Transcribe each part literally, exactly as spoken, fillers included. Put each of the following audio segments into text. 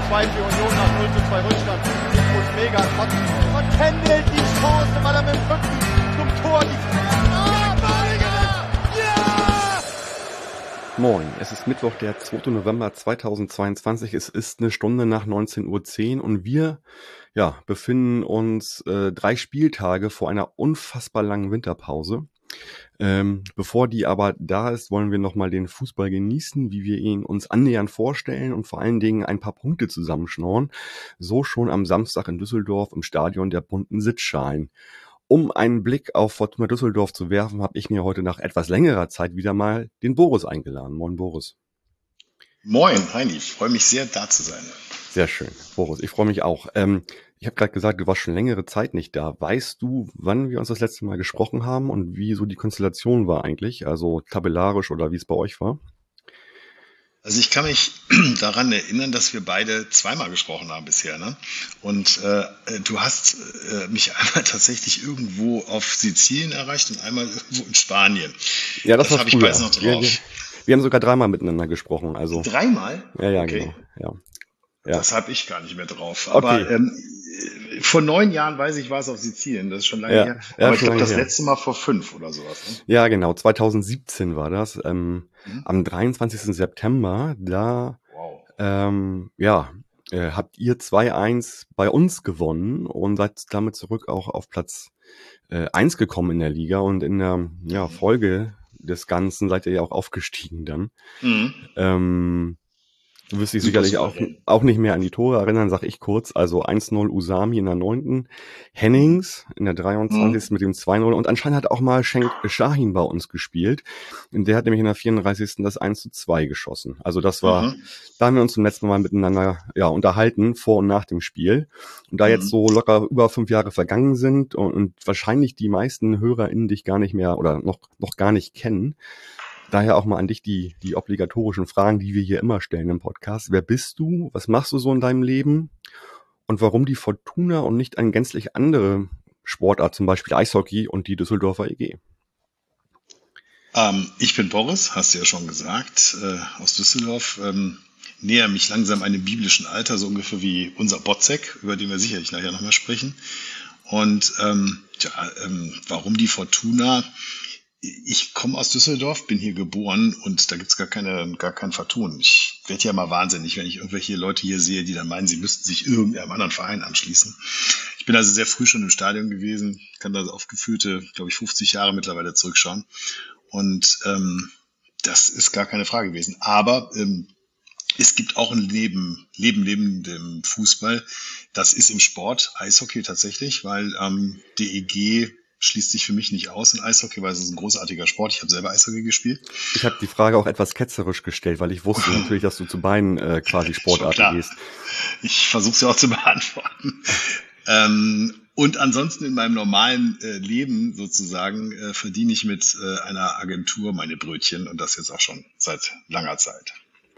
zwei für Union nach null zu zwei Rückstand. Jetzt muss mega kotzen. Und Kendall die Chance, weil er mit dem Rücken zum Tor die Ah, Balinger! Ja! Moin, es ist Mittwoch, der zweiter November zweitausendzweiundzwanzig. Es ist eine Stunde nach neunzehn Uhr zehn und wir ja, befinden uns äh, drei Spieltage vor einer unfassbar langen Winterpause. Ähm, bevor die aber da ist, wollen wir nochmal den Fußball genießen, wie wir ihn uns annähernd vorstellen und vor allen Dingen ein paar Punkte zusammenschnorren. So schon am Samstag in Düsseldorf im Stadion der bunten Sitzschalen. Um einen Blick auf Fortuna Düsseldorf zu werfen, habe ich mir heute nach etwas längerer Zeit wieder mal den Boris eingeladen. Moin Boris. Moin Heini, ich freue mich sehr, da zu sein. Sehr schön, Boris, ich freue mich auch. Ähm, ich habe gerade gesagt, du warst schon längere Zeit nicht da. Weißt du, wann wir uns das letzte Mal gesprochen haben und wie so die Konstellation war eigentlich? Also tabellarisch oder wie es bei euch war? Also ich kann mich daran erinnern, dass wir beide zweimal gesprochen haben bisher, ne? Und äh, du hast äh, mich einmal tatsächlich irgendwo auf Sizilien erreicht und einmal irgendwo in Spanien. Ja, das, das habe ich beides noch drauf. Wir, wir, wir haben sogar dreimal miteinander gesprochen. Also dreimal? Ja, ja, okay. Genau. Ja. Ja. Das habe ich gar nicht mehr drauf. Aber okay. ähm, vor neun Jahren, weiß ich, war es auf Sizilien. Das ist schon lange ja, her. Ja, aber ich glaube, das her. letzte Mal vor fünf oder sowas. Ne? Ja, genau. zweitausendsiebzehn war das. Ähm, mhm. Am dreiundzwanzigsten September. Da wow. ähm, ja, äh, habt ihr zwei eins bei uns gewonnen und seid damit zurück auch auf Platz äh, eins gekommen in der Liga. Und in der ja, Folge des Ganzen seid ihr ja auch aufgestiegen dann. Mhm. Ähm, Du wirst dich sicherlich auch, auch nicht mehr an die Tore erinnern, sag ich kurz. Also eins null Usami in der neunten Hennings in der dreiundzwanzigsten Mhm. mit dem zwei null und anscheinend hat auch mal Schenk Shahin bei uns gespielt. Und der hat nämlich in der vierunddreißigsten das eins zu zwei geschossen. Also das war, mhm. da haben wir uns zum letzten Mal miteinander ja unterhalten, vor und nach dem Spiel. Und da mhm. jetzt so locker über fünf Jahre vergangen sind und, und wahrscheinlich die meisten HörerInnen dich gar nicht mehr oder noch, noch gar nicht kennen, daher auch mal an dich die, die obligatorischen Fragen, die wir hier immer stellen im Podcast. Wer bist du? Was machst du so in deinem Leben? Und warum die Fortuna und nicht eine gänzlich andere Sportart, zum Beispiel Eishockey und die Düsseldorfer E G? Ähm, ich bin Boris, hast du ja schon gesagt, äh, aus Düsseldorf. Ähm, näher mich langsam einem biblischen Alter, so ungefähr wie unser Botzek, über den wir sicherlich nachher nochmal sprechen. Und ähm, tja, ähm, warum die Fortuna? Ich komme aus Düsseldorf, bin hier geboren und da gibt's gar keine, gar kein Vertun. Ich werde ja mal wahnsinnig, wenn ich irgendwelche Leute hier sehe, die dann meinen, sie müssten sich irgendeinem anderen Verein anschließen. Ich bin also sehr früh schon im Stadion gewesen, kann da auf gefühlte, glaube ich, fünfzig Jahre mittlerweile zurückschauen. Und ähm, das ist gar keine Frage gewesen. Aber ähm, es gibt auch ein Leben, Leben neben dem Fußball. Das ist im Sport, Eishockey tatsächlich, weil ähm, die E G schließt sich für mich nicht aus in Eishockey, weil es ist ein großartiger Sport. Ich habe selber Eishockey gespielt. Ich habe die Frage auch etwas ketzerisch gestellt, weil ich wusste natürlich, dass du zu beiden äh, quasi Sportarten gehst. Ich versuche es ja auch zu beantworten. ähm, und ansonsten in meinem normalen äh, Leben sozusagen äh, verdiene ich mit äh, einer Agentur meine Brötchen und das jetzt auch schon seit langer Zeit.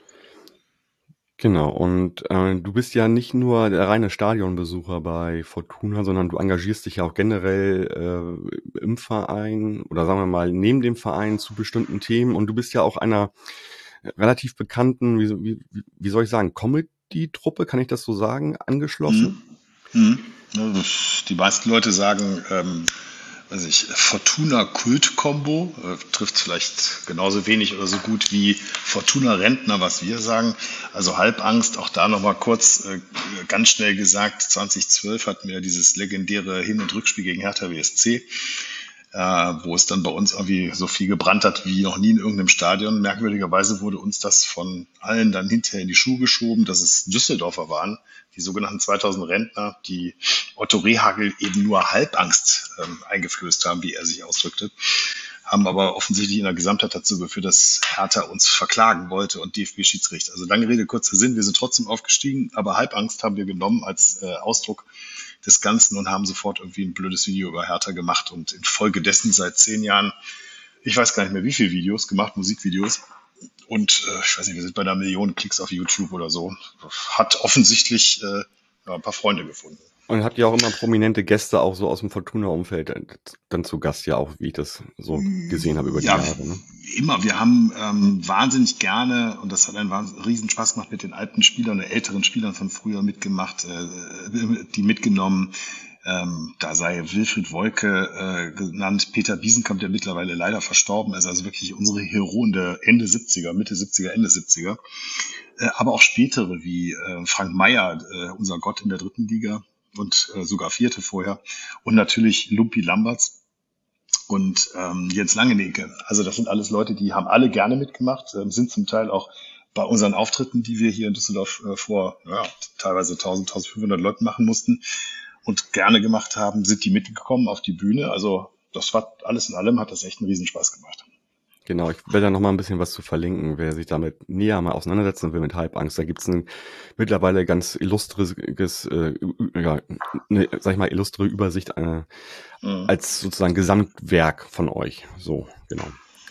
Genau, und äh, du bist ja nicht nur der reine Stadionbesucher bei Fortuna, sondern du engagierst dich ja auch generell äh, im Verein oder sagen wir mal neben dem Verein zu bestimmten Themen und du bist ja auch einer relativ bekannten, wie, wie, wie soll ich sagen, Comedy-Truppe, kann ich das so sagen, angeschlossen? Mhm. Mhm. Die meisten Leute sagen, ähm, weiß ich, Fortuna-Kult-Kombo, äh, trifft vielleicht genauso wenig oder so gut wie Fortuna-Rentner, was wir sagen. Also Halbangst, auch da nochmal kurz, äh, ganz schnell gesagt, zweitausendzwölf hatten wir dieses legendäre Hin- und Rückspiel gegen Hertha B S C, äh, wo es dann bei uns irgendwie so viel gebrannt hat wie noch nie in irgendeinem Stadion. Merkwürdigerweise wurde uns das von allen dann hinterher in die Schuhe geschoben, dass es Düsseldorfer waren, die sogenannten zweitausend Rentner, die Otto Rehagel eben nur Halbangst ähm, eingeflößt haben, wie er sich ausdrückte, haben aber offensichtlich in der Gesamtheit dazu geführt, dass Hertha uns verklagen wollte und D F B-Schiedsrichter. Also lange Rede, kurzer Sinn, wir sind trotzdem aufgestiegen, aber Halbangst haben wir genommen als äh, Ausdruck des Ganzen und haben sofort irgendwie ein blödes Video über Hertha gemacht und infolgedessen seit zehn Jahren, ich weiß gar nicht mehr wie viele Videos gemacht, Musikvideos. Und äh, ich weiß nicht, wir sind bei einer Million Klicks auf YouTube oder so. Hat offensichtlich äh, ja, ein paar Freunde gefunden. Und habt ihr auch immer prominente Gäste auch so aus dem Fortuna-Umfeld dann zu Gast, ja auch, wie ich das so gesehen habe über die Ja, Jahre. Ne? immer. Wir haben ähm, wahnsinnig gerne, und das hat einen wahns- riesen Spaß gemacht, mit den alten Spielern, den älteren Spielern von früher mitgemacht, äh, die mitgenommen. Ähm, da sei Wilfried Wolke äh, genannt, Peter Biesenkamp, der mittlerweile leider verstorben ist, also wirklich unsere Heroen der Ende siebziger, Mitte siebziger, Ende siebziger. Äh, aber auch spätere wie äh, Frank Meyer, äh, unser Gott in der dritten Liga und äh, sogar vierte vorher. Und natürlich Lumpi Lamberts und ähm, Jens Langenecke. Also das sind alles Leute, die haben alle gerne mitgemacht, ähm, sind zum Teil auch bei unseren Auftritten, die wir hier in Düsseldorf äh, vor ja, teilweise tausend, tausendfünfhundert Leuten machen mussten und gerne gemacht haben, sind die mitgekommen auf die Bühne. Also das war alles in allem, hat das echt einen Riesenspaß gemacht. Genau, ich werde da noch mal ein bisschen was zu verlinken, wer sich damit näher mal auseinandersetzen will mit Halbangst. Da gibt's ein mittlerweile ganz illustres, äh, ja, eine, sag ich mal, illustre Übersicht äh, Mhm. als sozusagen Gesamtwerk von euch. So, genau.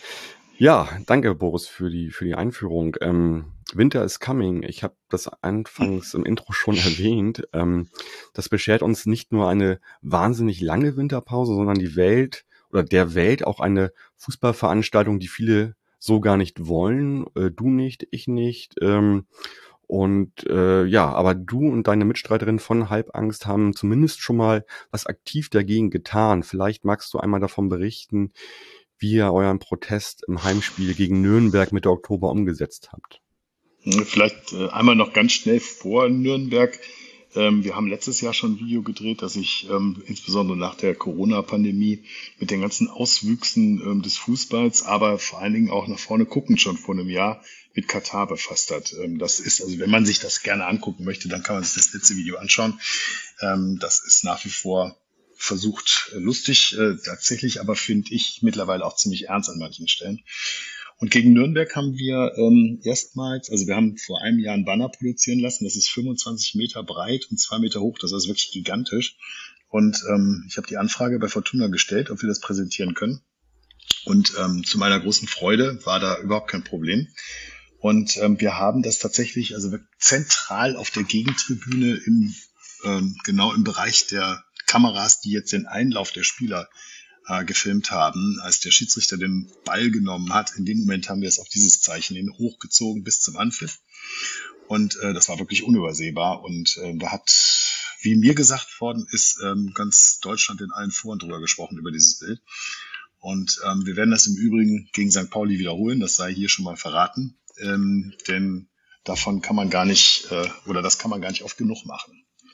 Ja, danke Boris für die für die Einführung. Ähm, Winter is coming. Ich habe das anfangs im Intro schon erwähnt. Ähm, das beschert uns nicht nur eine wahnsinnig lange Winterpause, sondern die Welt oder der Welt auch eine Fußballveranstaltung, die viele so gar nicht wollen. Äh, du nicht, ich nicht. Ähm, und äh, ja, aber du und deine Mitstreiterin von Halbangst haben zumindest schon mal was aktiv dagegen getan. Vielleicht magst du einmal davon berichten, wie ihr euren Protest im Heimspiel gegen Nürnberg Mitte Oktober umgesetzt habt. Vielleicht äh, einmal noch ganz schnell vor Nürnberg. Ähm, wir haben letztes Jahr schon ein Video gedreht, das sich ähm, insbesondere nach der Corona-Pandemie mit den ganzen Auswüchsen ähm, des Fußballs, aber vor allen Dingen auch nach vorne guckend schon vor einem Jahr mit Katar befasst hat. Ähm, das ist, also wenn man sich das gerne angucken möchte, dann kann man sich das letzte Video anschauen. Ähm, das ist nach wie vor versucht äh, lustig, äh, tatsächlich, aber finde ich mittlerweile auch ziemlich ernst an manchen Stellen. Und gegen Nürnberg haben wir ähm, erstmals, also wir haben vor einem Jahr einen Banner produzieren lassen, das ist fünfundzwanzig Meter breit und zwei Meter hoch, das ist wirklich gigantisch. Und ähm, ich habe die Anfrage bei Fortuna gestellt, ob wir das präsentieren können. Und ähm, zu meiner großen Freude war da überhaupt kein Problem. Und ähm, wir haben das tatsächlich, also zentral auf der Gegentribüne, im, ähm, genau im Bereich der Kameras, die jetzt den Einlauf der Spieler äh, gefilmt haben, als der Schiedsrichter den Ball genommen hat. In dem Moment haben wir es auf dieses Zeichen hin hochgezogen bis zum Anpfiff. Und äh, das war wirklich unübersehbar. Und äh, da hat, wie mir gesagt worden ist, ähm, ganz Deutschland in allen Foren drüber gesprochen, über dieses Bild. Und ähm, wir werden das im Übrigen gegen Sankt Pauli wiederholen. Das sei hier schon mal verraten. Ähm, denn davon kann man gar nicht, äh, oder das kann man gar nicht oft genug machen.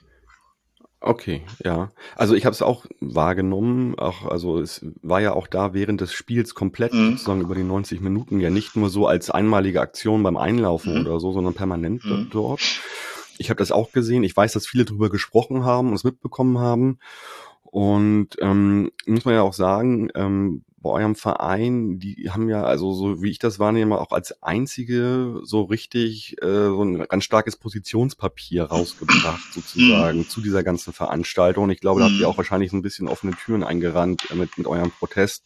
Okay, ja. Also ich habe es auch wahrgenommen, auch, also es war ja auch da während des Spiels komplett Mhm. sozusagen über die neunzig Minuten, ja nicht nur so als einmalige Aktion beim Einlaufen Mhm. oder so, sondern permanent do- Mhm. dort. Ich habe das auch gesehen. Ich weiß, dass viele drüber gesprochen haben und es mitbekommen haben. Und ähm, muss man ja auch sagen, ähm, bei eurem Verein, die haben ja, also so wie ich das wahrnehme, auch als einzige so richtig äh, so ein ganz starkes Positionspapier rausgebracht, sozusagen, Mhm. zu dieser ganzen Veranstaltung. Und ich glaube, da habt ihr auch Mhm. wahrscheinlich so ein bisschen offene Türen eingerannt äh, mit, mit eurem Protest.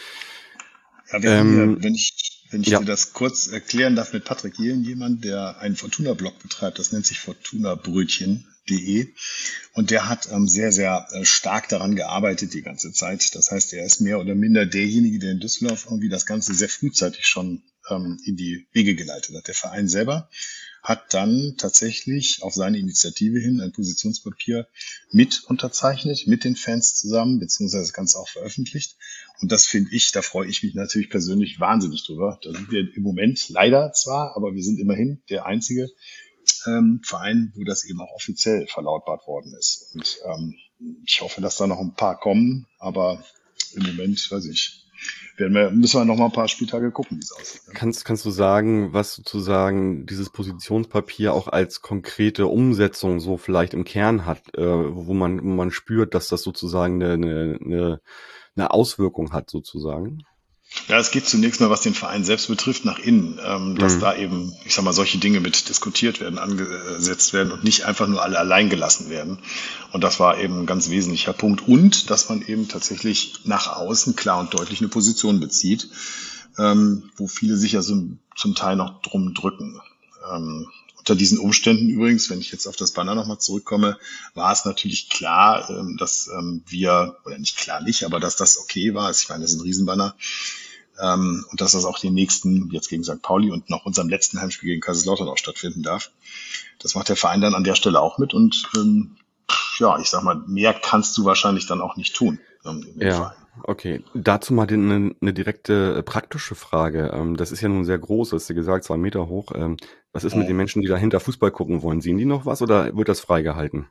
Ja, wir haben Ähm, hier, wenn ich, wenn ich ja, dir das kurz erklären darf, mit Patrick Jehlen jemand, der einen Fortuna-Blog betreibt, das nennt sich fortunabrötchen punkt de. Und der hat ähm, sehr, sehr äh, stark daran gearbeitet die ganze Zeit. Das heißt, er ist mehr oder minder derjenige, der in Düsseldorf irgendwie das Ganze sehr frühzeitig schon ähm, in die Wege geleitet hat. Der Verein selber hat dann tatsächlich auf seine Initiative hin ein Positionspapier mit unterzeichnet, mit den Fans zusammen, beziehungsweise das Ganze auch veröffentlicht. Und das finde ich, da freue ich mich natürlich persönlich wahnsinnig drüber. Da sind wir im Moment leider zwar, aber wir sind immerhin der einzige ähm, Verein, wo das eben auch offiziell verlautbart worden ist. Und ähm, ich hoffe, dass da noch ein paar kommen, aber im Moment, weiß ich, werden wir, müssen wir noch mal ein paar Spieltage gucken, wie es aussieht. Ne? kannst, kannst du sagen, was sozusagen dieses Positionspapier auch als konkrete Umsetzung so vielleicht im Kern hat, äh, wo man, wo man spürt, dass das sozusagen eine, eine, eine eine Auswirkung hat, sozusagen? Ja, es geht zunächst mal, was den Verein selbst betrifft, nach innen, ähm, dass Mhm. da eben, ich sag mal, solche Dinge mit diskutiert werden, angesetzt werden und nicht einfach nur alle allein gelassen werden. Und das war eben ein ganz wesentlicher Punkt. Und dass man eben tatsächlich nach außen klar und deutlich eine Position bezieht, ähm, wo viele sich ja so zum Teil noch drum drücken. Ähm, Unter diesen Umständen übrigens, wenn ich jetzt auf das Banner nochmal zurückkomme, war es natürlich klar, ähm, dass ähm, wir, oder nicht klar nicht, aber dass das okay war. Ich meine, das ist ein Riesenbanner. Ähm, und dass das auch den nächsten, jetzt gegen Sankt Pauli und noch unserem letzten Heimspiel gegen Kaiserslautern auch stattfinden darf. Das macht der Verein dann an der Stelle auch mit. Und ähm, ja, ich sag mal, mehr kannst du wahrscheinlich dann auch nicht tun. Ähm, Ja, Verein. okay. Dazu mal eine, eine direkte äh, praktische Frage. Ähm, das ist ja nun sehr groß, hast du gesagt, zwei Meter hoch. Ähm, was ist mit den Menschen, die dahinter Fußball gucken wollen? Sehen die noch was oder wird das freigehalten?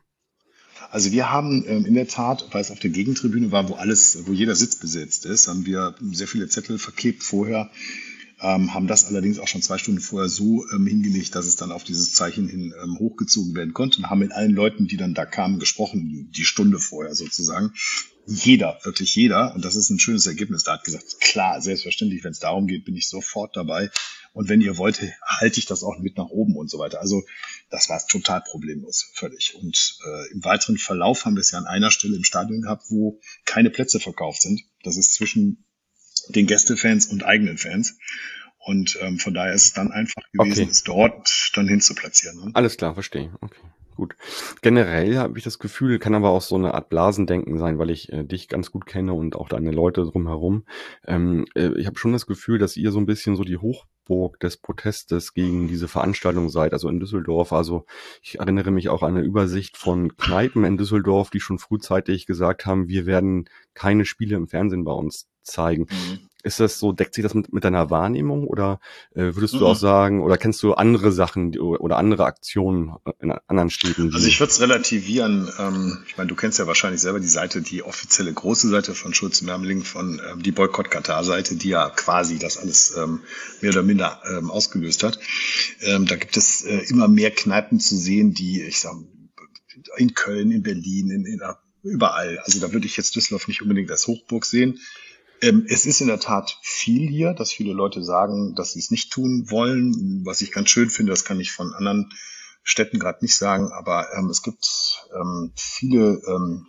Also wir haben ähm, in der Tat, weil es auf der Gegentribüne war, wo alles, wo jeder Sitz besetzt ist, haben wir sehr viele Zettel verklebt vorher, ähm, haben das allerdings auch schon zwei Stunden vorher so ähm, hingelegt, dass es dann auf dieses Zeichen hin ähm, hochgezogen werden konnte und haben mit allen Leuten, die dann da kamen, gesprochen, die Stunde vorher sozusagen. Jeder, wirklich jeder, und das ist ein schönes Ergebnis, da hat gesagt, klar, selbstverständlich, wenn es darum geht, bin ich sofort dabei. Und wenn ihr wollt, halte ich das auch mit nach oben und so weiter. Also das war total problemlos, völlig. Und äh, im weiteren Verlauf haben wir es ja an einer Stelle im Stadion gehabt, wo keine Plätze verkauft sind. Das ist zwischen den Gästefans und eigenen Fans. Und ähm, von daher ist es dann einfach gewesen, Okay. es dort dann hinzuplatzieren. Ne? Alles klar, verstehe. Okay, gut. Generell habe ich das Gefühl, kann aber auch so eine Art Blasendenken sein, weil ich äh, dich ganz gut kenne und auch deine Leute drumherum. Ähm, äh, ich habe schon das Gefühl, dass ihr so ein bisschen so die Hochburg des Protestes gegen diese Veranstaltung seid, also in Düsseldorf. Also ich erinnere mich auch an eine Übersicht von Kneipen in Düsseldorf, die schon frühzeitig gesagt haben, wir werden keine Spiele im Fernsehen bei uns zeigen. Mhm. Ist das so, deckt sich das mit, mit deiner Wahrnehmung oder äh, würdest Mhm. du auch sagen, oder kennst du andere Sachen die, oder andere Aktionen in anderen Städten? Also ich würde es relativieren. Ähm, ich meine, du kennst ja wahrscheinlich selber die Seite, die offizielle große Seite von Schulze-Mermeling, von ähm, die Boykott-Katar-Seite, die ja quasi das alles ähm, mehr oder minder ähm, ausgelöst hat. Ähm, da gibt es äh, immer mehr Kneipen zu sehen, die, ich sag, in Köln, in Berlin, in, in überall. Also da würde ich jetzt Düsseldorf nicht unbedingt als Hochburg sehen. Ähm, es ist in der Tat viel hier, dass viele Leute sagen, dass sie es nicht tun wollen, was ich ganz schön finde. Das kann ich von anderen Städten gerade nicht sagen, aber ähm, es gibt ähm, viele ähm,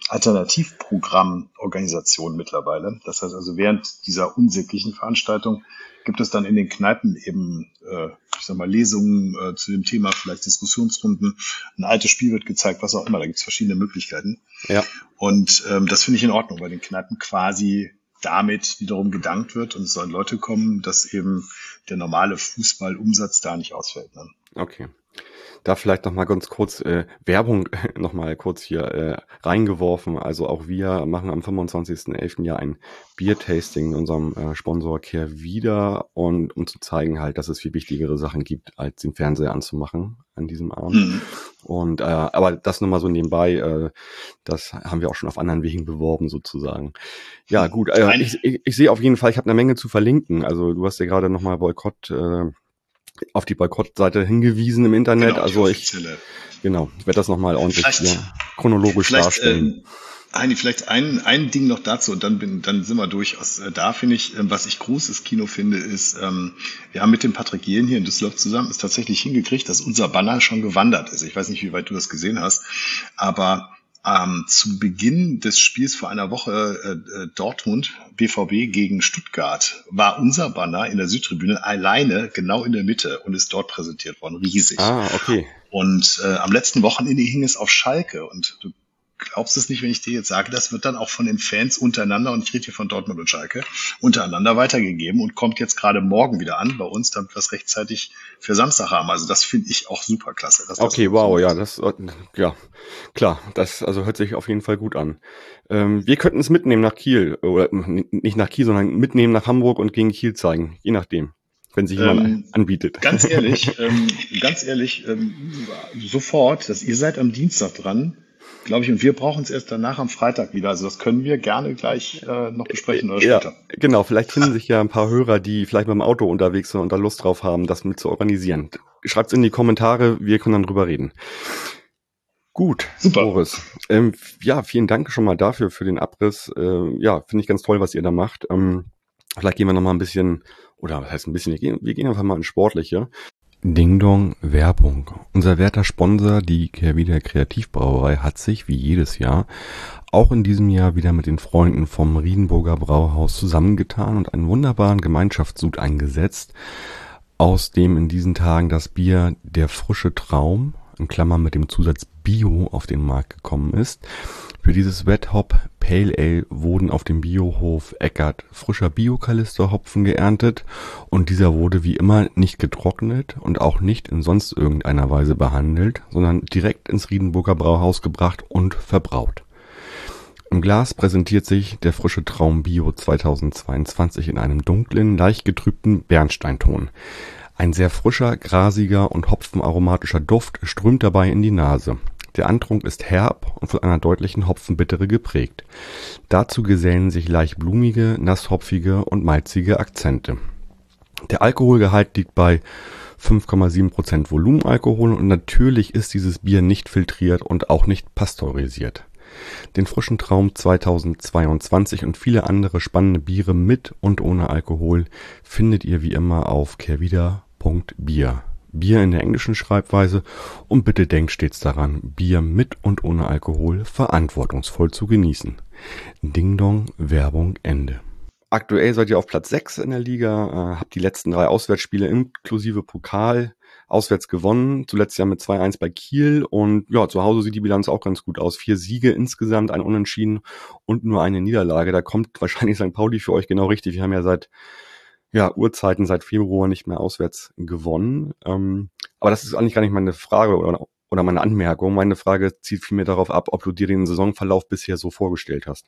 Alternativprogrammorganisationen mittlerweile. Das heißt also, während dieser unsäglichen Veranstaltung gibt es dann in den Kneipen eben, äh, ich sag mal, Lesungen äh, zu dem Thema, vielleicht Diskussionsrunden. Ein altes Spiel wird gezeigt, was auch immer. Da gibt es verschiedene Möglichkeiten. Ja. Und ähm, das finde ich in Ordnung, weil den Kneipen quasi damit wiederum gedankt wird und es sollen Leute kommen, dass eben der normale Fußballumsatz da nicht ausfällt. Ne? Okay. Da vielleicht noch mal ganz kurz äh, Werbung noch mal kurz hier äh, reingeworfen. Also auch wir machen am fünfundzwanzigsten elften ja ein Bier-Tasting in unserem äh, Sponsor Kehrwieder und um zu zeigen halt, dass es viel wichtigere Sachen gibt, als den Fernseher anzumachen an diesem Abend. Mhm. Und äh, aber das nochmal so nebenbei, äh, das haben wir auch schon auf anderen Wegen beworben sozusagen. Ja gut, äh, Ein- ich, ich, ich sehe auf jeden Fall, ich habe eine Menge zu verlinken. Also du hast ja gerade nochmal Boykott äh, auf die Boykottseite hingewiesen im Internet. Genau, die also ich, offizielle. genau, ich werde das nochmal ordentlich Vielleicht- hier chronologisch Vielleicht, darstellen. äh, Heini, vielleicht ein, ein Ding noch dazu und dann bin, dann sind wir durchaus äh, da, finde ich. Ähm, was ich großes Kino finde, ist, ähm, wir haben mit dem Patrick Jehlen hier in Düsseldorf zusammen es tatsächlich hingekriegt, dass unser Banner schon gewandert ist. Ich weiß nicht, wie weit du das gesehen hast, aber ähm, zu Beginn des Spiels vor einer Woche äh, äh, Dortmund, B V B gegen Stuttgart, war unser Banner in der Südtribüne alleine genau in der Mitte und ist dort präsentiert worden, riesig. Ah, okay. Und äh, am letzten Wochenende hing es auf Schalke und du glaubst es nicht, wenn ich dir jetzt sage, das wird dann auch von den Fans untereinander, und ich rede hier von Dortmund und Schalke, untereinander weitergegeben und kommt jetzt gerade morgen wieder an bei uns, damit wir es rechtzeitig für Samstag haben. Also das finde ich auch super klasse. dass das Okay, so wow, ist. ja, das, äh, ja, klar, das also hört sich auf jeden Fall gut an. Ähm, wir könnten es mitnehmen nach Kiel, oder n- nicht nach Kiel, sondern mitnehmen nach Hamburg und gegen Kiel zeigen, je nachdem, wenn sich jemand Ähm, anbietet. Ganz ehrlich, ähm, ganz ehrlich, ähm, sofort, dass ihr seid am Dienstag dran, glaube ich, und wir brauchen es erst danach am Freitag wieder. Also das können wir gerne gleich äh, noch besprechen oder Ja, später. genau, vielleicht finden sich ja ein paar Hörer, die vielleicht mit dem Auto unterwegs sind und da Lust drauf haben, das mit zu organisieren. Schreibt's in die Kommentare, wir können dann drüber reden. Gut, Super. Boris. Ähm, ja, vielen Dank schon mal dafür, für den Abriss. Äh, ja, finde ich ganz toll, was ihr da macht. Ähm, vielleicht gehen wir noch mal ein bisschen, oder was heißt ein bisschen, wir gehen, wir gehen einfach mal ins Sportliche. Ding Dong Werbung. Unser werter Sponsor, die Kehrwieder Kreativbrauerei, hat sich, wie jedes Jahr, auch in diesem Jahr wieder mit den Freunden vom Riedenburger Brauhaus zusammengetan und einen wunderbaren Gemeinschaftssud eingesetzt. aus dem in diesen Tagen das Bier Der frische Traum, in Klammern mit dem Zusatz Bio, auf den Markt gekommen ist. Für dieses Red Hop Pale Ale wurden auf dem Biohof Eckert frischer Bio-Kalister-Hopfen geerntet und dieser wurde wie immer nicht getrocknet und auch nicht in sonst irgendeiner Weise behandelt, sondern direkt ins Riedenburger Brauhaus gebracht und verbraut. Im Glas präsentiert sich der frische Traum Bio zweitausendzweiundzwanzig in einem dunklen, leicht getrübten Bernsteinton. Ein sehr frischer, grasiger und hopfenaromatischer Duft strömt dabei in die Nase. Der Antrunk ist herb und von einer deutlichen Hopfenbittere geprägt. Dazu gesellen sich leicht blumige, nasshopfige und malzige Akzente. Der Alkoholgehalt liegt bei fünf Komma sieben Prozent Volumenalkohol und natürlich ist dieses Bier nicht filtriert und auch nicht pasteurisiert. Den frischen Traum zweitausendzweiundzwanzig und viele andere spannende Biere mit und ohne Alkohol findet ihr wie immer auf kehrwieder punkt bier. Bier in der englischen Schreibweise und bitte denkt stets daran, Bier mit und ohne Alkohol verantwortungsvoll zu genießen. Ding Dong, Werbung Ende. Aktuell seid ihr auf Platz sechs in der Liga, äh, habt die letzten drei Auswärtsspiele inklusive Pokal auswärts gewonnen, zuletzt ja mit zwei eins bei Kiel und ja, zu Hause sieht die Bilanz auch ganz gut aus. Vier Siege insgesamt, ein Unentschieden und nur eine Niederlage. Da kommt wahrscheinlich Sankt Pauli für euch genau richtig. Wir haben ja seit ja, Urzeiten, seit Februar nicht mehr auswärts gewonnen. Ähm, aber das ist eigentlich gar nicht meine Frage oder, oder meine Anmerkung. Meine Frage zielt vielmehr darauf ab, ob du dir den Saisonverlauf bisher so vorgestellt hast.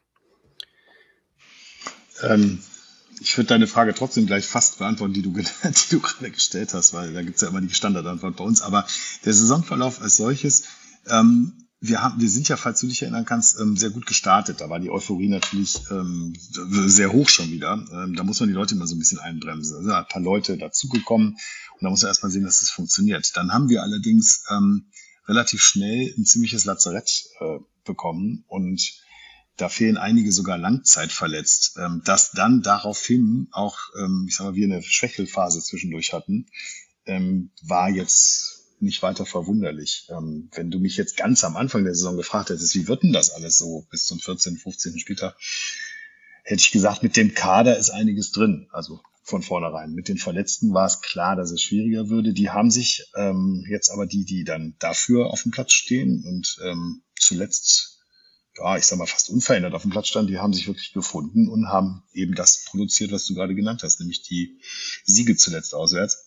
Ähm, ich würde deine Frage trotzdem gleich fast beantworten, die du, die du gerade gestellt hast, weil da gibt es ja immer die Standardantwort bei uns. Aber der Saisonverlauf als solches, ähm, wir haben, wir sind ja, falls du dich erinnern kannst, ähm, sehr gut gestartet. Da war die Euphorie natürlich ähm, sehr hoch schon wieder. Ähm, da muss man die Leute immer so ein bisschen einbremsen. Also ein paar Leute dazugekommen und da muss man erstmal sehen, dass das funktioniert. Dann haben wir allerdings ähm, relativ schnell ein ziemliches Lazarett äh, bekommen und da fehlen einige sogar langzeitverletzt, ähm, dass dann daraufhin auch, ähm, ich sag mal, wir eine Schwächelphase zwischendurch hatten, ähm, war jetzt nicht weiter verwunderlich. Ähm, wenn du mich jetzt ganz am Anfang der Saison gefragt hättest, wie wird denn das alles so bis zum vierzehnten, fünfzehnten Spieltag, hätte ich gesagt, mit dem Kader ist einiges drin, also von vornherein. Mit den Verletzten war es klar, dass es schwieriger würde. Die haben sich ähm, jetzt aber die, die dann dafür auf dem Platz stehen und ähm, zuletzt, ja, ich sag mal, fast unverändert auf dem Platz standen, die haben sich wirklich gefunden und haben eben das produziert, was du gerade genannt hast, nämlich die Siege zuletzt auswärts.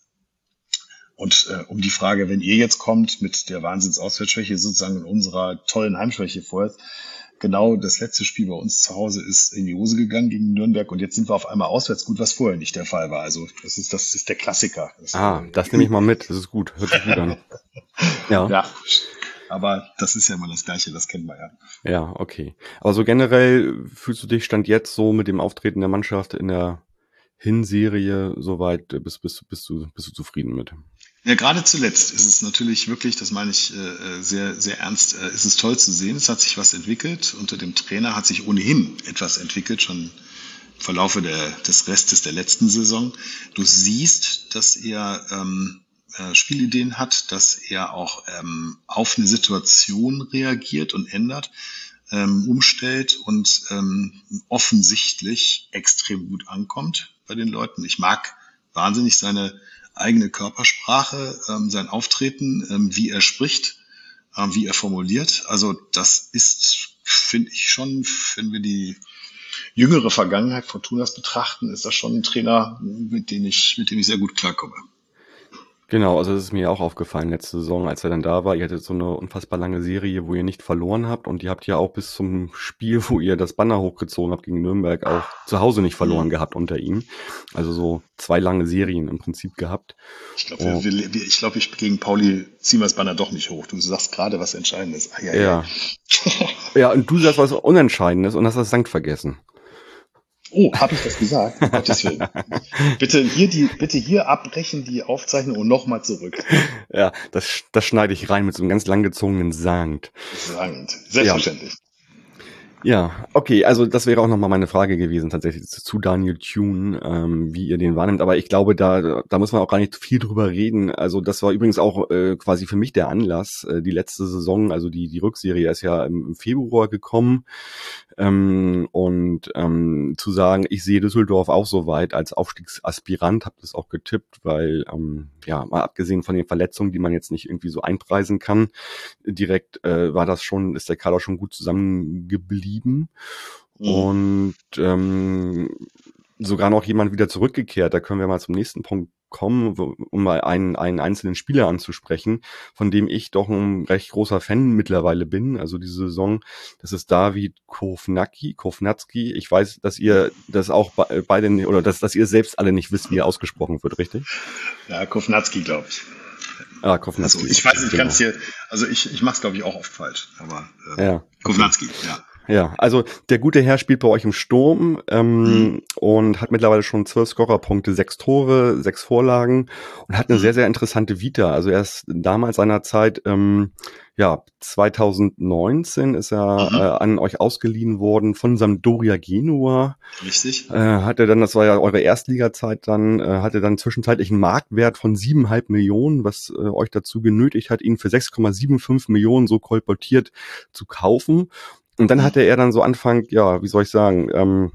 Und äh, um die Frage, wenn ihr jetzt kommt mit der Wahnsinns-Auswärtsschwäche sozusagen in unserer tollen Heimschwäche vorher, genau das letzte Spiel bei uns zu Hause ist in die Hose gegangen gegen Nürnberg und jetzt sind wir auf einmal auswärts gut, was vorher nicht der Fall war. Also das ist das ist der Klassiker. Das ah, das nehme ich mal mit. Das ist gut. Hört sich gut an. Ja. Ja, aber das ist ja immer das Gleiche, das kennen wir ja. Ja, okay. Aber so generell fühlst du dich Stand jetzt so mit dem Auftreten der Mannschaft in der Hinserie soweit, bist, bist, bist, du, bist du zufrieden mit? Ja, gerade zuletzt ist es natürlich wirklich, das meine ich äh, sehr, sehr ernst, äh, ist es toll zu sehen. Es hat sich was entwickelt. Unter dem Trainer hat sich ohnehin etwas entwickelt, schon im Verlaufe der, des Restes der letzten Saison. Du siehst, dass er ähm, äh, Spielideen hat, dass er auch ähm, auf eine Situation reagiert und ändert, ähm, umstellt und ähm, offensichtlich extrem gut ankommt bei den Leuten. Ich mag wahnsinnig seine eigene Körpersprache, ähm, sein Auftreten, ähm, wie er spricht, ähm, wie er formuliert. Also das ist, finde ich schon, wenn wir die jüngere Vergangenheit Fortunas betrachten, ist das schon ein Trainer, mit dem ich, mit dem ich sehr gut klarkomme. Genau, also das ist mir auch aufgefallen letzte Saison, als er dann da war. Ihr hattet so eine unfassbar lange Serie, wo ihr nicht verloren habt und ihr habt ja auch bis zum Spiel, wo ihr das Banner hochgezogen habt gegen Nürnberg, auch zu Hause nicht verloren gehabt unter ihm. Also so zwei lange Serien im Prinzip gehabt. Ich glaube, oh. wir, wir, ich glaube, ich gegen Pauli ziehen wir das Banner doch nicht hoch. Du sagst gerade was Entscheidendes. Ah, ja, ja. Ja. Ja, und du sagst was Unentscheidendes und hast das Sankt vergessen. Oh, habe ich das gesagt? Um Gottes Willen. Bitte hier die, bitte hier abbrechen die Aufzeichnung und nochmal zurück. Ja, das, das schneide ich rein mit so einem ganz langgezogenen Sankt. Sankt, selbstverständlich. Ja, okay, also das wäre auch nochmal meine Frage gewesen, tatsächlich zu, zu Daniel Thune, ähm, wie ihr den wahrnimmt. Aber ich glaube, da da muss man auch gar nicht viel drüber reden. Also das war übrigens auch äh, quasi für mich der Anlass. Äh, die letzte Saison, also die die Rückserie ist ja im, im Februar gekommen. Ähm, und ähm, zu sagen, ich sehe Düsseldorf auch so weit als Aufstiegsaspirant, habe das auch getippt, weil, ähm, ja, mal abgesehen von den Verletzungen, die man jetzt nicht irgendwie so einpreisen kann, direkt äh, war das schon, ist der Kader schon gut zusammengeblieben. Mhm. Und ähm, sogar noch jemand wieder zurückgekehrt. Da können wir mal zum nächsten Punkt kommen, wo- um mal einen, einen einzelnen Spieler anzusprechen, von dem ich doch ein recht großer Fan mittlerweile bin. Also diese Saison, das ist David Kovnacki, Kovnatski. Ich weiß, dass ihr das auch be- beide, nicht- oder dass, dass ihr selbst alle nicht wisst, wie er ausgesprochen wird, richtig? Ja, Kovnatski, glaube ich. Ah, Also Kovnatski. ich weiß nicht, ich kann Genau. es hier, also ich, ich mache es, glaube ich, auch oft falsch, aber äh, Ja. Kovnatski, ja. Ja, also der gute Herr spielt bei euch im Sturm ähm, Mhm. und hat mittlerweile schon zwölf Scorerpunkte, sechs Tore, sechs Vorlagen und hat eine Mhm. sehr, sehr interessante Vita. Also er ist damals seiner Zeit, ähm, ja, zwanzig neunzehn ist er Mhm. äh, an euch ausgeliehen worden von Sampdoria Genua. Richtig. Äh, hatte dann, das war ja eure Erstliga-Zeit dann, äh, hatte dann zwischenzeitlich einen Marktwert von siebeneinhalb Millionen, was äh, euch dazu genötigt hat, ihn für sechs Komma fünfundsiebzig Millionen so kolportiert zu kaufen. Und dann Mhm. hatte er dann so Anfang, ja, wie soll ich sagen, ähm,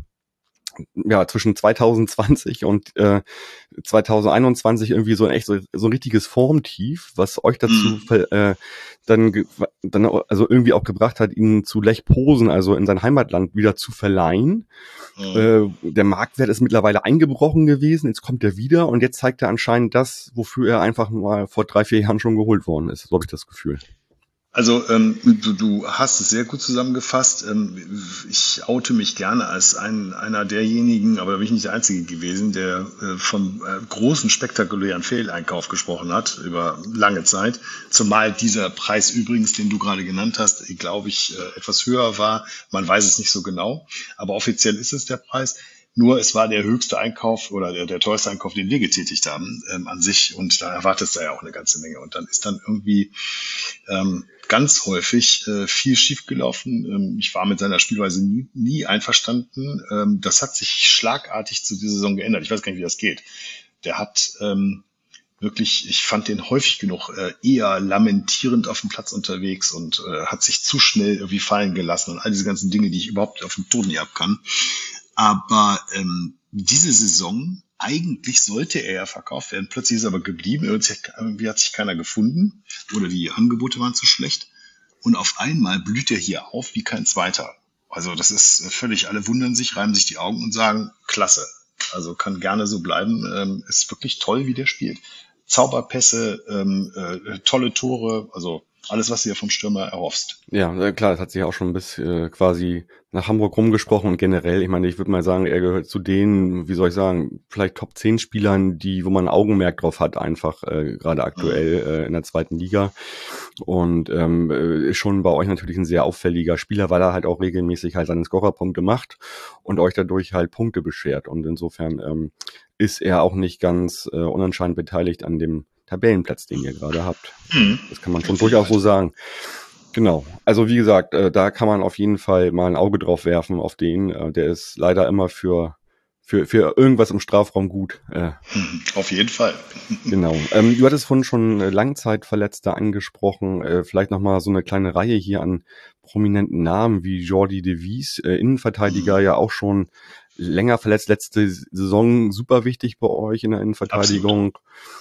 ja, zwischen zwanzig zwanzig und äh, zwanzig einundzwanzig irgendwie so ein echt so, so ein richtiges Formtief, was euch dazu Mhm. ver- äh, dann ge- dann also irgendwie auch gebracht hat, ihn zu Lech Posen, also in sein Heimatland, wieder zu verleihen. Mhm. Äh, der Marktwert ist mittlerweile eingebrochen gewesen, jetzt kommt er wieder und jetzt zeigt er anscheinend das, wofür er einfach mal vor drei, vier Jahren schon geholt worden ist. So habe ich das Gefühl. Also ähm, du, du hast es sehr gut zusammengefasst. Ähm, ich oute mich gerne als ein, einer derjenigen, aber da bin ich nicht der Einzige gewesen, der äh, vom äh, großen spektakulären Fehleinkauf gesprochen hat über lange Zeit. Zumal dieser Preis übrigens, den du gerade genannt hast, glaube ich, äh, etwas höher war. Man weiß es nicht so genau, aber offiziell ist es der Preis. Nur es war der höchste Einkauf oder der, der teuerste Einkauf, den wir getätigt haben ähm, an sich. Und da erwartest du ja auch eine ganze Menge. Und dann ist dann irgendwie ähm, ganz häufig äh, viel schiefgelaufen. Ähm, ich war mit seiner Spielweise nie, nie einverstanden. Ähm, das hat sich schlagartig zu dieser Saison geändert. Ich weiß gar nicht, wie das geht. Der hat ähm, wirklich, ich fand den häufig genug äh, eher lamentierend auf dem Platz unterwegs und äh, hat sich zu schnell irgendwie fallen gelassen und all diese ganzen Dinge, die ich überhaupt auf dem Ton nie ab kann. Aber ähm, diese Saison, eigentlich sollte er ja verkauft werden. Plötzlich ist er aber geblieben. Irgendwie hat sich keiner gefunden oder die Angebote waren zu schlecht. Und auf einmal blüht er hier auf wie kein zweiter. Also das ist völlig, alle wundern sich, reiben sich die Augen und sagen, klasse. Also kann gerne so bleiben. Ähm, ist wirklich toll, wie der spielt. Zauberpässe, ähm, äh, tolle Tore, also alles, was du dir vom Stürmer erhoffst. Ja, äh, klar, das hat sich auch schon bis äh, quasi nach Hamburg rumgesprochen und generell, ich meine, ich würde mal sagen, er gehört zu den, wie soll ich sagen, vielleicht Top zehn Spielern, die, wo man ein Augenmerk drauf hat, einfach äh, gerade aktuell äh, in der zweiten Liga. Und ähm, äh, ist schon bei euch natürlich ein sehr auffälliger Spieler, weil er halt auch regelmäßig halt seine Scorerpunkte macht und euch dadurch halt Punkte beschert. Und insofern ähm, ist er auch nicht ganz äh, unanscheinend beteiligt an dem Tabellenplatz, den ihr gerade habt. Mhm. Das kann man schon durchaus so sagen. Genau. Also wie gesagt, äh, da kann man auf jeden Fall mal ein Auge drauf werfen auf den. Äh, der ist leider immer für für für irgendwas im Strafraum gut. Äh, Auf jeden Fall. genau. Ähm, du hattest vorhin schon äh, Langzeitverletzte angesprochen. Äh, vielleicht noch mal so eine kleine Reihe hier an prominenten Namen wie Jordi de Wies, äh, Innenverteidiger, ja auch schon länger verletzt, letzte Saison super wichtig bei euch in der Innenverteidigung.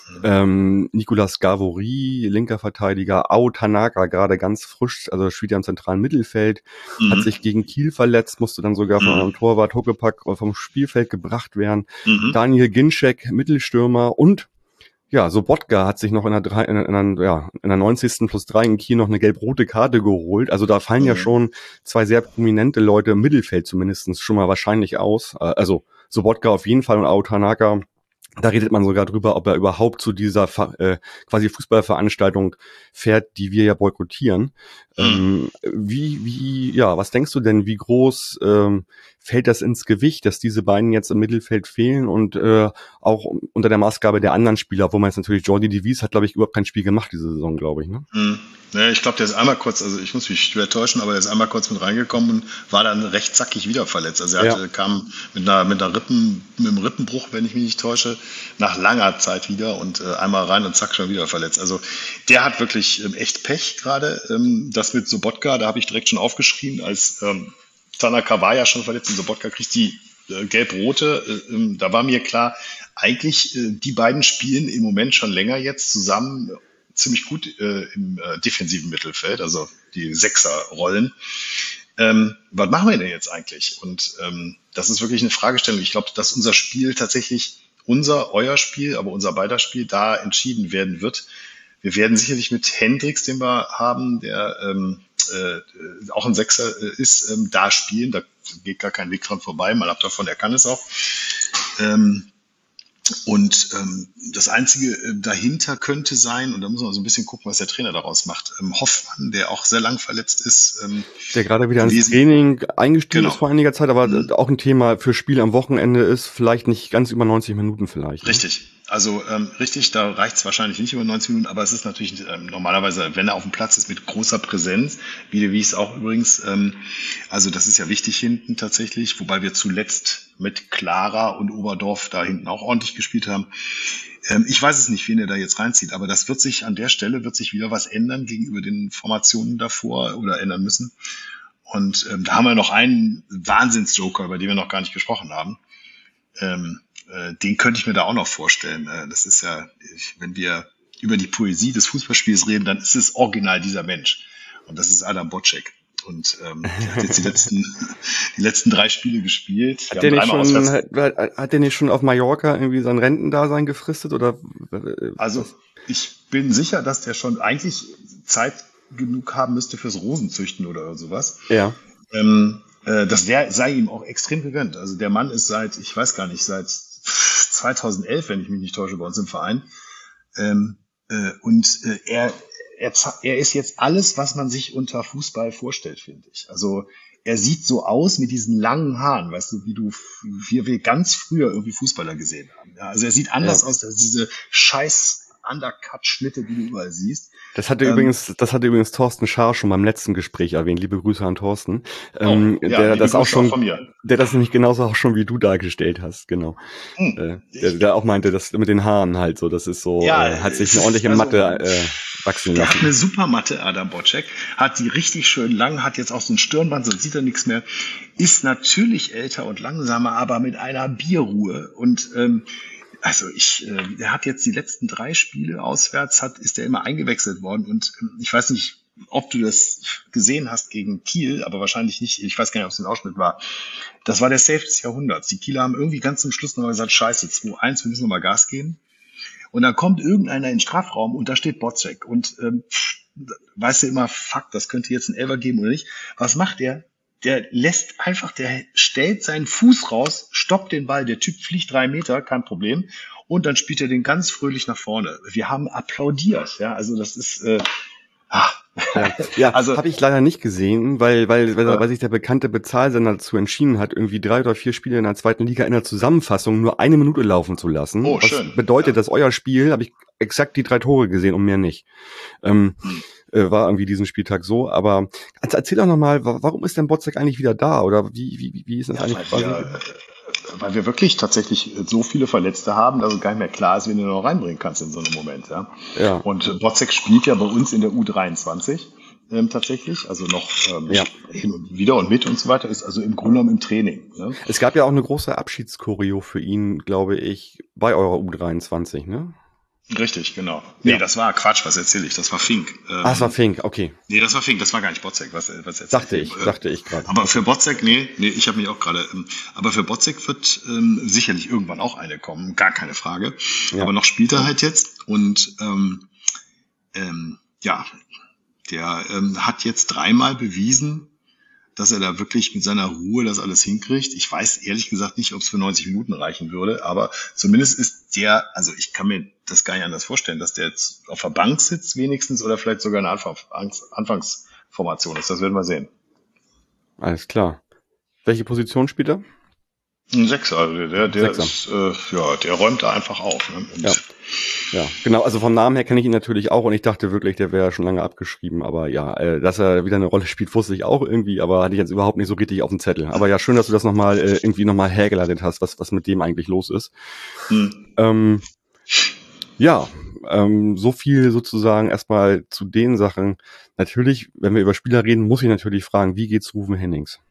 Ähm, Nicolas Gavory, linker Verteidiger, Ao Tanaka, gerade ganz frisch, also spielt ja im zentralen Mittelfeld, Mhm. hat sich gegen Kiel verletzt, musste dann sogar von Mhm. einem Torwart Huckepack vom Spielfeld gebracht werden. Mhm. Daniel Ginczek, Mittelstürmer und ja, Sobotka hat sich noch in der, drei, in, der, in, der, ja, in der neunzigsten plus drei in Kiel noch eine gelb-rote Karte geholt. Also da fallen Mhm. ja schon zwei sehr prominente Leute im Mittelfeld zumindest schon mal wahrscheinlich aus. Äh, Also Sobotka auf jeden Fall und Ao Tanaka, da redet man sogar drüber, ob er überhaupt zu dieser äh, quasi Fußballveranstaltung fährt, die wir ja boykottieren. Mhm. Ähm, wie, wie, ja, was denkst du denn, wie groß ähm, fällt das ins Gewicht, dass diese beiden jetzt im Mittelfeld fehlen und äh, auch unter der Maßgabe der anderen Spieler, wo man jetzt natürlich Jordi de Wies hat, glaube ich, überhaupt kein Spiel gemacht diese Saison, glaube ich. Ne? Mhm. Ja, ich glaube, der ist einmal kurz, also ich muss mich schwer täuschen, aber der ist einmal kurz mit reingekommen und war dann recht zackig wieder verletzt. Also er hatte, ja. kam mit einer, mit einer Rippen, mit einem Rippenbruch, wenn ich mich nicht täusche, nach langer Zeit wieder und äh, einmal rein und zack, schon wieder verletzt. Also der hat wirklich ähm, echt Pech gerade. Ähm, das mit Sobotka, da habe ich direkt schon aufgeschrieben, als ähm, Tanaka war ja schon verletzt und Sobotka kriegt die äh, gelb-rote. Äh, äh, da war mir klar, eigentlich äh, die beiden spielen im Moment schon länger jetzt zusammen ziemlich gut äh, im äh, defensiven Mittelfeld, also die Sechserrollen. Ähm, was machen wir denn jetzt eigentlich? Und ähm, das ist wirklich eine Fragestellung. Ich glaube, dass unser Spiel tatsächlich, unser, euer Spiel, aber unser beider Spiel da entschieden werden wird. Wir werden sicherlich mit Hendricks, den wir haben, der ähm, äh, auch ein Sechser äh, ist, ähm, da spielen. Da geht gar kein Weg dran vorbei. Mal ab davon, er kann es auch. Ähm, Und ähm, das Einzige äh, dahinter könnte sein, und da muss man so ein bisschen gucken, was der Trainer daraus macht, ähm, Hoffmann, der auch sehr lang verletzt ist. Ähm, der gerade wieder ins Training eingestiegen genau. ist vor einiger Zeit, aber mhm. auch ein Thema für Spiel am Wochenende ist, vielleicht nicht ganz über neunzig Minuten vielleicht. Richtig. Ne? Also ähm, richtig, da reicht es wahrscheinlich nicht über neunzig Minuten, aber es ist natürlich ähm, normalerweise, wenn er auf dem Platz ist, mit großer Präsenz, wie, wie es auch übrigens, ähm, also das ist ja wichtig hinten tatsächlich, wobei wir zuletzt mit Clara und Oberdorf da hinten auch ordentlich gespielt haben. Ähm, ich weiß es nicht, wen er da jetzt reinzieht, aber das wird sich an der Stelle, wird sich wieder was ändern gegenüber den Formationen davor oder ändern müssen. Und ähm, da haben wir noch einen Wahnsinnsjoker, über den wir noch gar nicht gesprochen haben. Ähm, Den könnte ich mir da auch noch vorstellen. Das ist ja, wenn wir über die Poesie des Fußballspiels reden, dann ist es original dieser Mensch. Und das ist Adam Boczek. Und ähm, der hat jetzt die letzten, die letzten drei Spiele gespielt. Hat der, nicht schon, hat, hat der nicht schon auf Mallorca irgendwie sein Rentendasein gefristet? Oder? Also ich bin sicher, dass der schon eigentlich Zeit genug haben müsste fürs Rosenzüchten oder sowas. Ja. Ähm, das wär, sei ihm auch extrem gegönnt. Also der Mann ist seit, ich weiß gar nicht, seit zweitausendelf, wenn ich mich nicht täusche, bei uns im Verein. Ähm, äh, und äh, er, er, er ist jetzt alles, was man sich unter Fußball vorstellt, finde ich. Also er sieht so aus mit diesen langen Haaren, weißt du, wie du, wie wir ganz früher irgendwie Fußballer gesehen haben. Ja, also er sieht anders ja. aus als diese scheiß Undercut-Schnitte, die du überall siehst. Das hatte ähm, übrigens, das hatte übrigens Thorsten Schaar schon beim letzten Gespräch erwähnt. Liebe Grüße an Thorsten. Ähm, oh, ja, der das auch schon, auch von mir. Der das nämlich genauso auch schon wie du dargestellt hast, genau. Hm, äh, der, der auch meinte, das mit den Haaren halt so, das ist so, ja, äh, hat sich eine ordentliche also, Matte äh, wachsen lassen. Der hat eine super Matte, Adam Boczek, hat die richtig schön lang, hat jetzt auch so ein Stirnband, sonst sieht er nichts mehr. Ist natürlich älter und langsamer, aber mit einer Bierruhe und ähm, Also ich, äh, der hat jetzt die letzten drei Spiele auswärts, hat ist er immer eingewechselt worden und äh, ich weiß nicht, ob du das gesehen hast gegen Kiel, aber wahrscheinlich nicht. Ich weiß gar nicht, ob es ein Ausschnitt war. Das war der Save des Jahrhunderts. Die Kieler haben irgendwie ganz zum Schluss nochmal gesagt, scheiße, zwei eins, wir müssen nochmal Gas geben. Und dann kommt irgendeiner in den Strafraum und da steht Boczek und ähm, weißt du immer, fuck, das könnte jetzt ein Elfer geben oder nicht. Was macht der? Der lässt einfach, der stellt seinen Fuß raus, stoppt den Ball, der Typ fliegt drei Meter, kein Problem. Und dann spielt er den ganz fröhlich nach vorne. Wir haben applaudiert, ja, also das ist, äh, ah. Ja, ja also habe ich leider nicht gesehen, weil, weil, weil, weil sich der bekannte Bezahlsender dazu entschieden hat, irgendwie drei oder vier Spiele in der zweiten Liga in der Zusammenfassung nur eine Minute laufen zu lassen. Oh, was schön. bedeutet, ja. dass euer Spiel, habe ich exakt die drei Tore gesehen und mehr nicht. Ähm, hm. War irgendwie diesen Spieltag so, aber erzähl doch nochmal, warum ist denn Boczek eigentlich wieder da oder wie wie wie ist das ja, eigentlich weil quasi? Wir, weil wir wirklich tatsächlich so viele Verletzte haben, dass es gar nicht mehr klar ist, wen du noch reinbringen kannst in so einem Moment. Ja. ja. Und Boczek spielt ja bei uns in der U dreiundzwanzig ähm, tatsächlich, also noch ähm, ja. hin und wieder und mit und so weiter, ist also im Grunde genommen im Training. Ne? Es gab ja auch eine große Abschiedschoreo für ihn, glaube ich, bei eurer U dreiundzwanzig, ne? Richtig, genau. Nee, ja. das war Quatsch, was erzähle ich? Das war Fink. Ähm, Ach, das war Fink, okay. Nee, das war Fink, das war gar nicht Boczek, was, was erzählt. Dachte ich, äh, dachte ich gerade. Aber für Boczek, nee, nee, ich habe mich auch gerade, ähm, aber für Boczek wird ähm, sicherlich irgendwann auch eine kommen, gar keine Frage. Ja. Aber noch spielt er halt jetzt und ähm, ähm, ja, der ähm, hat jetzt dreimal bewiesen, dass er da wirklich mit seiner Ruhe das alles hinkriegt. Ich weiß ehrlich gesagt nicht, ob es für neunzig Minuten reichen würde, aber zumindest ist der, also ich kann mir das gar nicht anders vorstellen, dass der jetzt auf der Bank sitzt wenigstens oder vielleicht sogar eine Anfangs- Anfangsformation ist. Das werden wir sehen. Alles klar. Welche Position spielt er? Ein Sechser, also der, der ist, äh, ja, der räumt da einfach auf. Ne? Und ja. ja, genau. Also vom Namen her kenne ich ihn natürlich auch und ich dachte wirklich, der wäre schon lange abgeschrieben. Aber ja, äh, dass er wieder eine Rolle spielt, wusste ich auch irgendwie, aber hatte ich jetzt überhaupt nicht so richtig auf dem Zettel. Aber ja, schön, dass du das nochmal äh, irgendwie nochmal hergeleitet hast, was was mit dem eigentlich los ist. Hm. Ähm, ja, ähm, so viel sozusagen erstmal zu den Sachen. Natürlich, wenn wir über Spieler reden, muss ich natürlich fragen, wie geht's Ruven Hennings?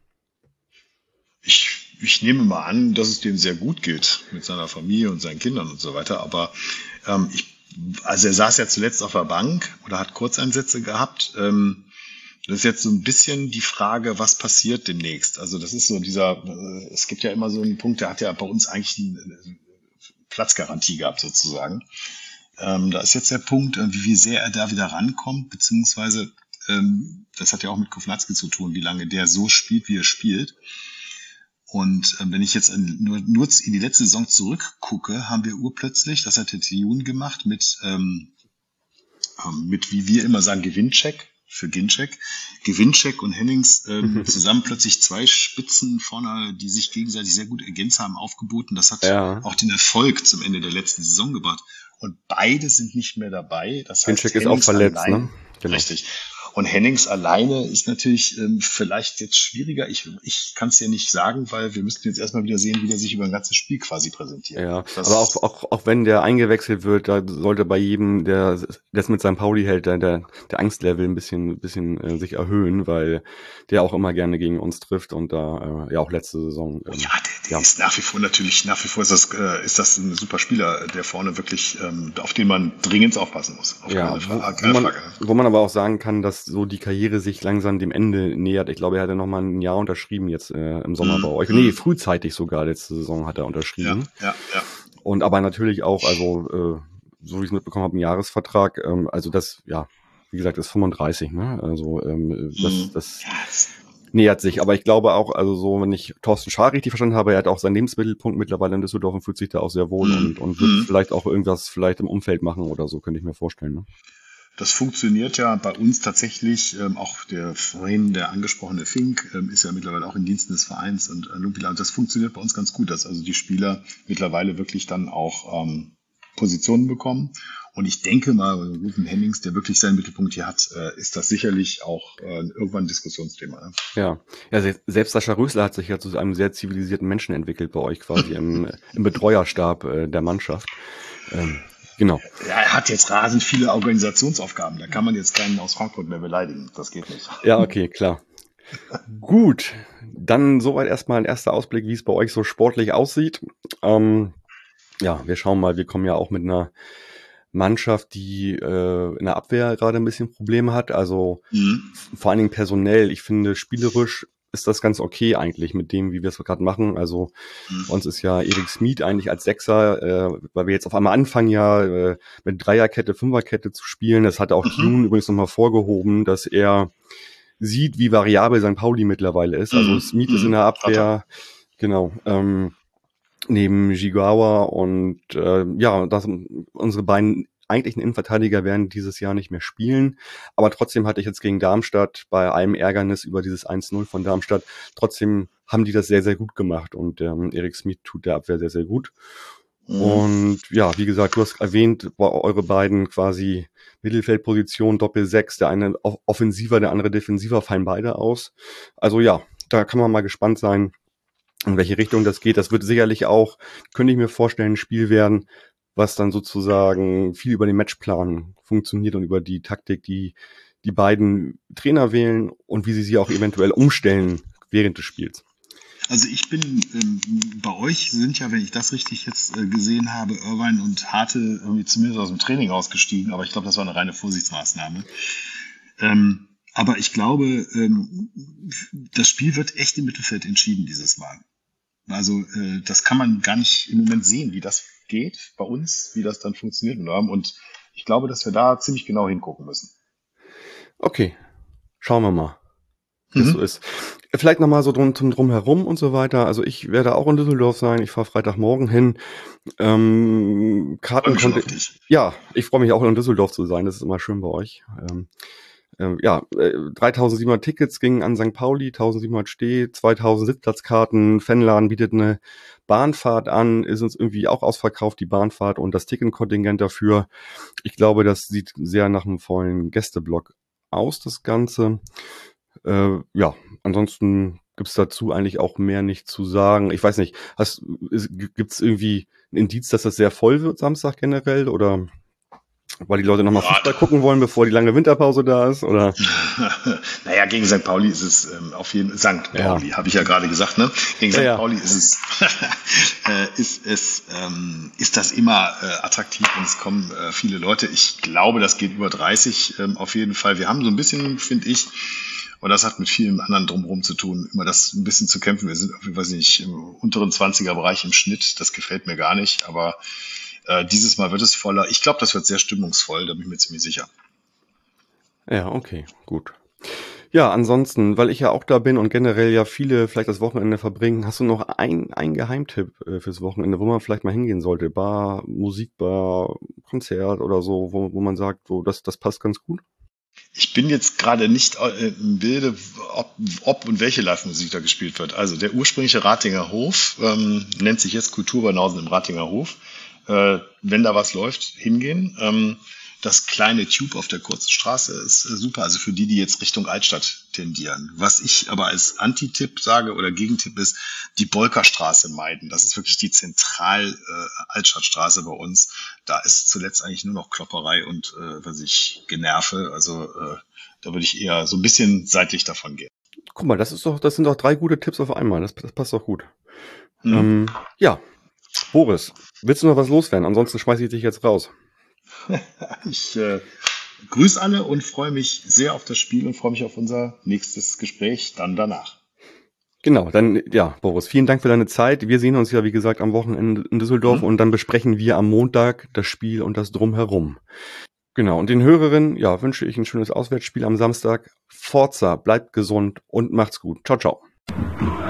Ich Ich nehme mal an, dass es dem sehr gut geht mit seiner Familie und seinen Kindern und so weiter. Aber ähm, ich, also er saß ja zuletzt auf der Bank oder hat Kurzeinsätze gehabt. Ähm, das ist jetzt so ein bisschen die Frage, was passiert demnächst. Also das ist so dieser, äh, es gibt ja immer so einen Punkt, der hat ja bei uns eigentlich eine Platzgarantie gehabt sozusagen. Ähm, da ist jetzt der Punkt, äh, wie sehr er da wieder rankommt, beziehungsweise ähm, das hat ja auch mit Kovnatski zu tun, wie lange der so spielt, wie er spielt. Und äh, wenn ich jetzt in, nur, nur in die letzte Saison zurückgucke, haben wir urplötzlich, das hat der Tijun gemacht, mit, ähm, mit, wie wir immer sagen, Gewinncheck für Ginczek. Gewinncheck und Hennings ähm, zusammen plötzlich zwei Spitzen vorne, die sich gegenseitig sehr gut ergänzt haben, aufgeboten. Das hat ja auch den Erfolg zum Ende der letzten Saison gebracht. Und beide sind nicht mehr dabei. Das heißt, Ginczek ist auch verletzt, allein, ne? Genau. Richtig. Und Hennings alleine ist natürlich ähm, vielleicht jetzt schwieriger. Ich, ich kann es ja nicht sagen, weil wir müssten jetzt erstmal wieder sehen, wie der sich über ein ganzes Spiel quasi präsentiert. Ja, das aber auch, auch, auch wenn der eingewechselt wird, da sollte bei jedem, der das mit seinem Pauli hält, der, der, der Angstlevel ein bisschen, bisschen äh, sich erhöhen, weil der auch immer gerne gegen uns trifft und da äh, ja auch letzte Saison. Ähm, ja, der, der ja. ist nach wie vor natürlich, nach wie vor ist das, äh, ist das ein super Spieler, der vorne wirklich, ähm, auf den man dringend aufpassen muss. Auf ja, keine Frage, wo, keine wo, man, Frage. wo man aber auch sagen kann, dass so die Karriere sich langsam dem Ende nähert. Ich glaube, er hat ja noch mal ein Jahr unterschrieben jetzt äh, im Sommer mhm. bei euch. Nee, frühzeitig sogar, letzte Saison hat er unterschrieben. Ja, ja, ja. Und aber natürlich auch, also äh, so wie ich es mitbekommen habe, ein Jahresvertrag. Ähm, also das, ja, wie gesagt, ist fünfunddreißig, ne? Also ähm, das, mhm. das nähert sich. Aber ich glaube auch, also so, wenn ich Thorsten Schaar richtig verstanden habe, er hat auch seinen Lebensmittelpunkt mittlerweile in Düsseldorf und fühlt sich da auch sehr wohl mhm. und, und wird mhm. vielleicht auch irgendwas vielleicht im Umfeld machen oder so, könnte ich mir vorstellen, ne? Das funktioniert ja bei uns tatsächlich, ähm, auch der vorhin der angesprochene Fink ähm, ist ja mittlerweile auch in Diensten des Vereins und äh, Lumpila, das funktioniert bei uns ganz gut, dass also die Spieler mittlerweile wirklich dann auch ähm, Positionen bekommen. Und ich denke mal, Ruven Hennings, der wirklich seinen Mittelpunkt hier hat, äh, ist das sicherlich auch äh, irgendwann ein Diskussionsthema. Ne? Ja, ja, selbst Sascha Rösler hat sich ja zu einem sehr zivilisierten Menschen entwickelt bei euch quasi im, im Betreuerstab äh, der Mannschaft. Ähm, Genau. Er hat jetzt rasend viele Organisationsaufgaben. Da kann man jetzt keinen aus Frankfurt mehr beleidigen. Das geht nicht. Ja, okay, klar. Gut, dann soweit erstmal ein erster Ausblick, wie es bei euch so sportlich aussieht. Ähm, ja, wir schauen mal, wir kommen ja auch mit einer Mannschaft, die äh, in der Abwehr gerade ein bisschen Probleme hat. Also mhm. vor allen Dingen personell. Ich finde, spielerisch ist das ganz okay eigentlich mit dem, wie wir es gerade machen. Also mhm. bei uns ist ja Erik Smith eigentlich als Sechser, äh, weil wir jetzt auf einmal anfangen, ja äh, mit Dreierkette, Fünferkette zu spielen. Das hat auch mhm. Tune übrigens nochmal vorgehoben, dass er sieht, wie variabel Sankt Pauli mittlerweile ist. Also mhm. Smith mhm. ist in der Abwehr, genau, ähm, neben Jigawa und äh, ja, das, unsere beiden eigentlichen Innenverteidiger werden dieses Jahr nicht mehr spielen, aber trotzdem hatte ich jetzt gegen Darmstadt bei allem Ärgernis über dieses eins null von Darmstadt, trotzdem haben die das sehr, sehr gut gemacht und ähm, Erik Smith tut der Abwehr sehr, sehr gut. Mhm. Und ja, wie gesagt, du hast erwähnt, eure beiden quasi Mittelfeldpositionen, Doppel-Sechs, der eine offensiver, der andere defensiver, fallen beide aus. Also ja, da kann man mal gespannt sein, in welche Richtung das geht. Das wird sicherlich auch, könnte ich mir vorstellen, ein Spiel werden, was dann sozusagen viel über den Matchplan funktioniert und über die Taktik, die die beiden Trainer wählen und wie sie sie auch eventuell umstellen während des Spiels. Also ich bin, ähm, bei euch sind ja, wenn ich das richtig jetzt äh, gesehen habe, Irvine und Harte irgendwie zumindest aus dem Training ausgestiegen, aber ich glaube, das war eine reine Vorsichtsmaßnahme. Ähm, aber ich glaube, ähm, das Spiel wird echt im Mittelfeld entschieden dieses Mal. Also äh, das kann man gar nicht im Moment sehen, wie das geht bei uns, wie das dann funktioniert. Und ich glaube, dass wir da ziemlich genau hingucken müssen. Okay, schauen wir mal, wie mhm. das so ist. Vielleicht nochmal so drum, drum herum und so weiter. Also ich werde auch in Düsseldorf sein. Ich fahre Freitagmorgen hin. Ähm, Karten konnte ich. Ja, ich freue mich auch in Düsseldorf zu sein. Das ist immer schön bei euch. Ähm, Äh, ja, äh, dreitausendsiebenhundert Tickets gingen an Sankt Pauli, eintausendsiebenhundert Steh, zweitausend Sitzplatzkarten. Fanladen bietet eine Bahnfahrt an, ist uns irgendwie auch ausverkauft, die Bahnfahrt und das Ticketkontingent dafür. Ich glaube, das sieht sehr nach einem vollen Gästeblock aus, das Ganze. Äh, ja, ansonsten gibt's dazu eigentlich auch mehr nicht zu sagen. Ich weiß nicht, hast, ist, gibt's irgendwie ein Indiz, dass das sehr voll wird Samstag generell oder weil die Leute nochmal Ja, Fußball gucken wollen, bevor die lange Winterpause da ist, oder? naja, gegen Sankt Pauli ist es ähm, auf jeden Fall, Sankt Ja. Pauli, habe ich ja gerade gesagt, ne? Gegen Ja, Sankt ja. Pauli ist es, äh, ist es, ähm, ist das immer äh, attraktiv und es kommen äh, viele Leute. Ich glaube, das geht über dreißig ähm, auf jeden Fall. Wir haben so ein bisschen, finde ich, und das hat mit vielen anderen drumherum zu tun, immer das ein bisschen zu kämpfen. Wir sind, ich weiß nicht, im unteren zwanziger-Bereich im Schnitt. Das gefällt mir gar nicht, aber äh, dieses Mal wird es voller. Ich glaube, das wird sehr stimmungsvoll, da bin ich mir ziemlich sicher. Ja, okay, gut. Ja, ansonsten, weil ich ja auch da bin und generell ja viele vielleicht das Wochenende verbringen, hast du noch ein, ein Geheimtipp äh, fürs Wochenende, wo man vielleicht mal hingehen sollte? Bar, Musikbar, Konzert oder so, wo, wo man sagt, so, das, das passt ganz gut? Ich bin jetzt gerade nicht äh, im Bilde, ob, ob und welche Live-Musik da gespielt wird. Also der ursprüngliche Ratinger Hof ähm, nennt sich jetzt Kulturbanausen im Ratinger Hof. Äh, wenn da was läuft, hingehen. Ähm, das kleine Tube auf der kurzen Straße ist äh, super, also für die, die jetzt Richtung Altstadt tendieren. Was ich aber als Antitipp sage oder Gegentipp ist, die Bolkerstraße meiden. Das ist wirklich die Zentral-Altstadtstraße bei uns. Da ist zuletzt eigentlich nur noch Klopperei und äh, was ich Generve. Also äh, da würde ich eher so ein bisschen seitlich davon gehen. Guck mal, das ist doch, das sind doch drei gute Tipps auf einmal. Das, das passt doch gut. Hm. Ähm, ja, Boris, willst du noch was loswerden? Ansonsten schmeiße ich dich jetzt raus. Ich äh, grüße alle und freue mich sehr auf das Spiel und freue mich auf unser nächstes Gespräch dann danach. Genau, dann, ja, Boris, vielen Dank für deine Zeit. Wir sehen uns ja, wie gesagt, am Wochenende in Düsseldorf Mhm. und dann besprechen wir am Montag das Spiel und das Drumherum. Genau, und den Hörerinnen, ja, wünsche ich ein schönes Auswärtsspiel am Samstag. Forza, bleibt gesund und macht's gut. Ciao, ciao.